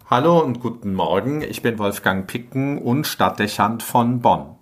Hallo und guten Morgen, ich bin Wolfgang Picken und Stadtdechant von Bonn.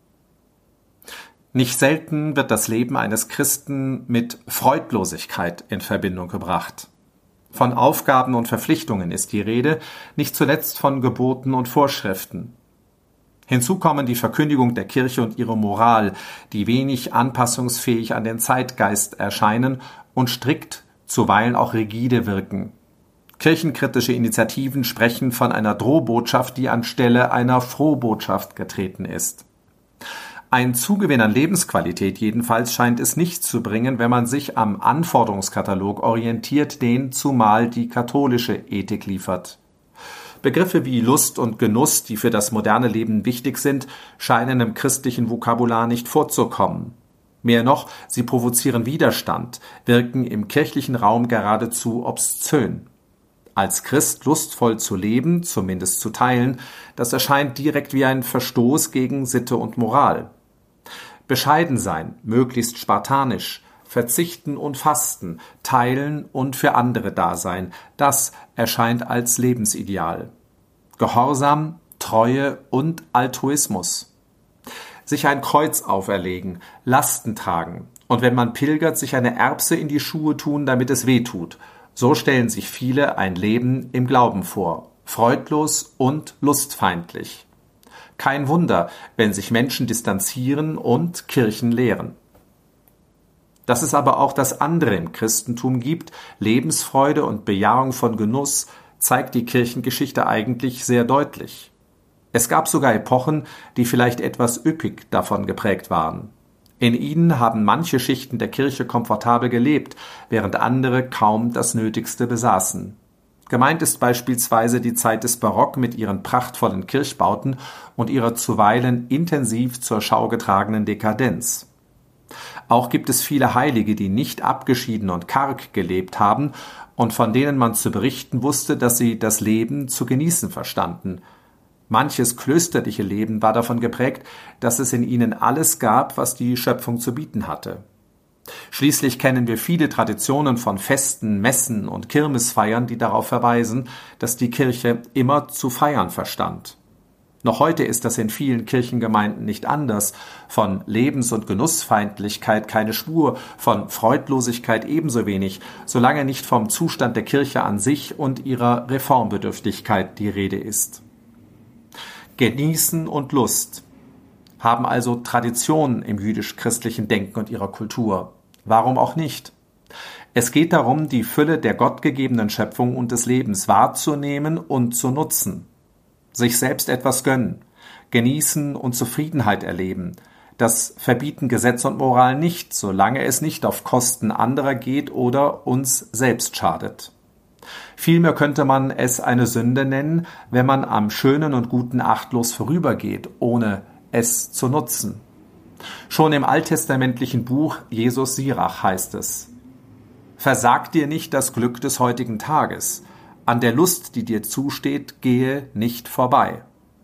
Nicht selten wird das Leben eines Christen mit Freudlosigkeit in Verbindung gebracht. Von Aufgaben und Verpflichtungen ist die Rede, nicht zuletzt von Geboten und Vorschriften. Hinzu kommen die Verkündigung der Kirche und ihre Moral, die wenig anpassungsfähig an den Zeitgeist erscheinen und strikt, zuweilen auch rigide wirken. Kirchenkritische Initiativen sprechen von einer Drohbotschaft, die anstelle einer Frohbotschaft getreten ist. Ein Zugewinn an Lebensqualität jedenfalls scheint es nicht zu bringen, wenn man sich am Anforderungskatalog orientiert, den zumal die katholische Ethik liefert. Begriffe wie Lust und Genuss, die für das moderne Leben wichtig sind, scheinen im christlichen Vokabular nicht vorzukommen. Mehr noch, sie provozieren Widerstand, wirken im kirchlichen Raum geradezu obszön. Als Christ lustvoll zu leben, zumindest zu teilen, das erscheint direkt wie ein Verstoß gegen Sitte und Moral. Bescheiden sein, möglichst spartanisch, verzichten und fasten, teilen und für andere da sein, das erscheint als Lebensideal. Gehorsam, Treue und Altruismus. Sich ein Kreuz auferlegen, Lasten tragen und wenn man pilgert, sich eine Erbse in die Schuhe tun, damit es weh tut. So stellen sich viele ein Leben im Glauben vor, freudlos und lustfeindlich. Kein Wunder, wenn sich Menschen distanzieren und Kirchen leeren. Dass es aber auch das andere im Christentum gibt, Lebensfreude und Bejahung von Genuss, zeigt die Kirchengeschichte eigentlich sehr deutlich. Es gab sogar Epochen, die vielleicht etwas üppig davon geprägt waren. In ihnen haben manche Schichten der Kirche komfortabel gelebt, während andere kaum das Nötigste besaßen. Gemeint ist beispielsweise die Zeit des Barock mit ihren prachtvollen Kirchbauten und ihrer zuweilen intensiv zur Schau getragenen Dekadenz. Auch gibt es viele Heilige, die nicht abgeschieden und karg gelebt haben und von denen man zu berichten wusste, dass sie das Leben zu genießen verstanden. Manches klösterliche Leben war davon geprägt, dass es in ihnen alles gab, was die Schöpfung zu bieten hatte. Schließlich kennen wir viele Traditionen von Festen, Messen und Kirmesfeiern, die darauf verweisen, dass die Kirche immer zu feiern verstand. Noch heute ist das in vielen Kirchengemeinden nicht anders. Von Lebens- und Genussfeindlichkeit keine Spur, von Freudlosigkeit ebenso wenig, solange nicht vom Zustand der Kirche an sich und ihrer Reformbedürftigkeit die Rede ist. Genießen und Lust haben also Traditionen im jüdisch-christlichen Denken und ihrer Kultur. Warum auch nicht? Es geht darum, die Fülle der gottgegebenen Schöpfung und des Lebens wahrzunehmen und zu nutzen. Sich selbst etwas gönnen, genießen und Zufriedenheit erleben. Das verbieten Gesetz und Moral nicht, solange es nicht auf Kosten anderer geht oder uns selbst schadet. Vielmehr könnte man es eine Sünde nennen, wenn man am Schönen und Guten achtlos vorübergeht, ohne es zu nutzen. Schon im alttestamentlichen Buch Jesus Sirach heißt es: Versag dir nicht das Glück des heutigen Tages, an der Lust, die dir zusteht, gehe nicht vorbei.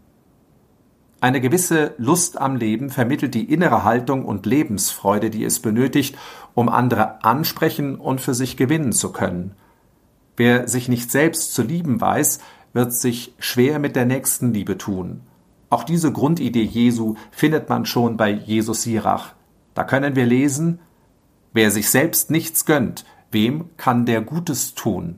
Eine gewisse Lust am Leben vermittelt die innere Haltung und Lebensfreude, die es benötigt, um andere ansprechen und für sich gewinnen zu können. Wer sich nicht selbst zu lieben weiß, wird sich schwer mit der Nächstenliebe tun. Auch diese Grundidee Jesu findet man schon bei Jesus Sirach. Da können wir lesen: Wer sich selbst nichts gönnt, wem kann der Gutes tun?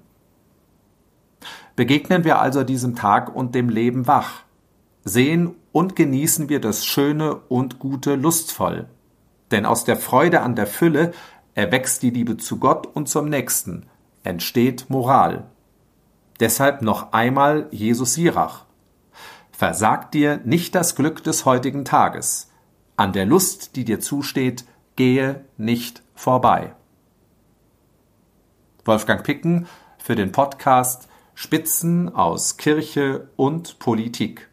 Begegnen wir also diesem Tag und dem Leben wach. Sehen und genießen wir das Schöne und Gute lustvoll. Denn aus der Freude an der Fülle erwächst die Liebe zu Gott und zum Nächsten, entsteht Moral. Deshalb noch einmal Jesus Sirach: Versag dir nicht das Glück des heutigen Tages. An der Lust, die dir zusteht, gehe nicht vorbei. Wolfgang Picken für den Podcast Spitzen aus Kirche und Politik.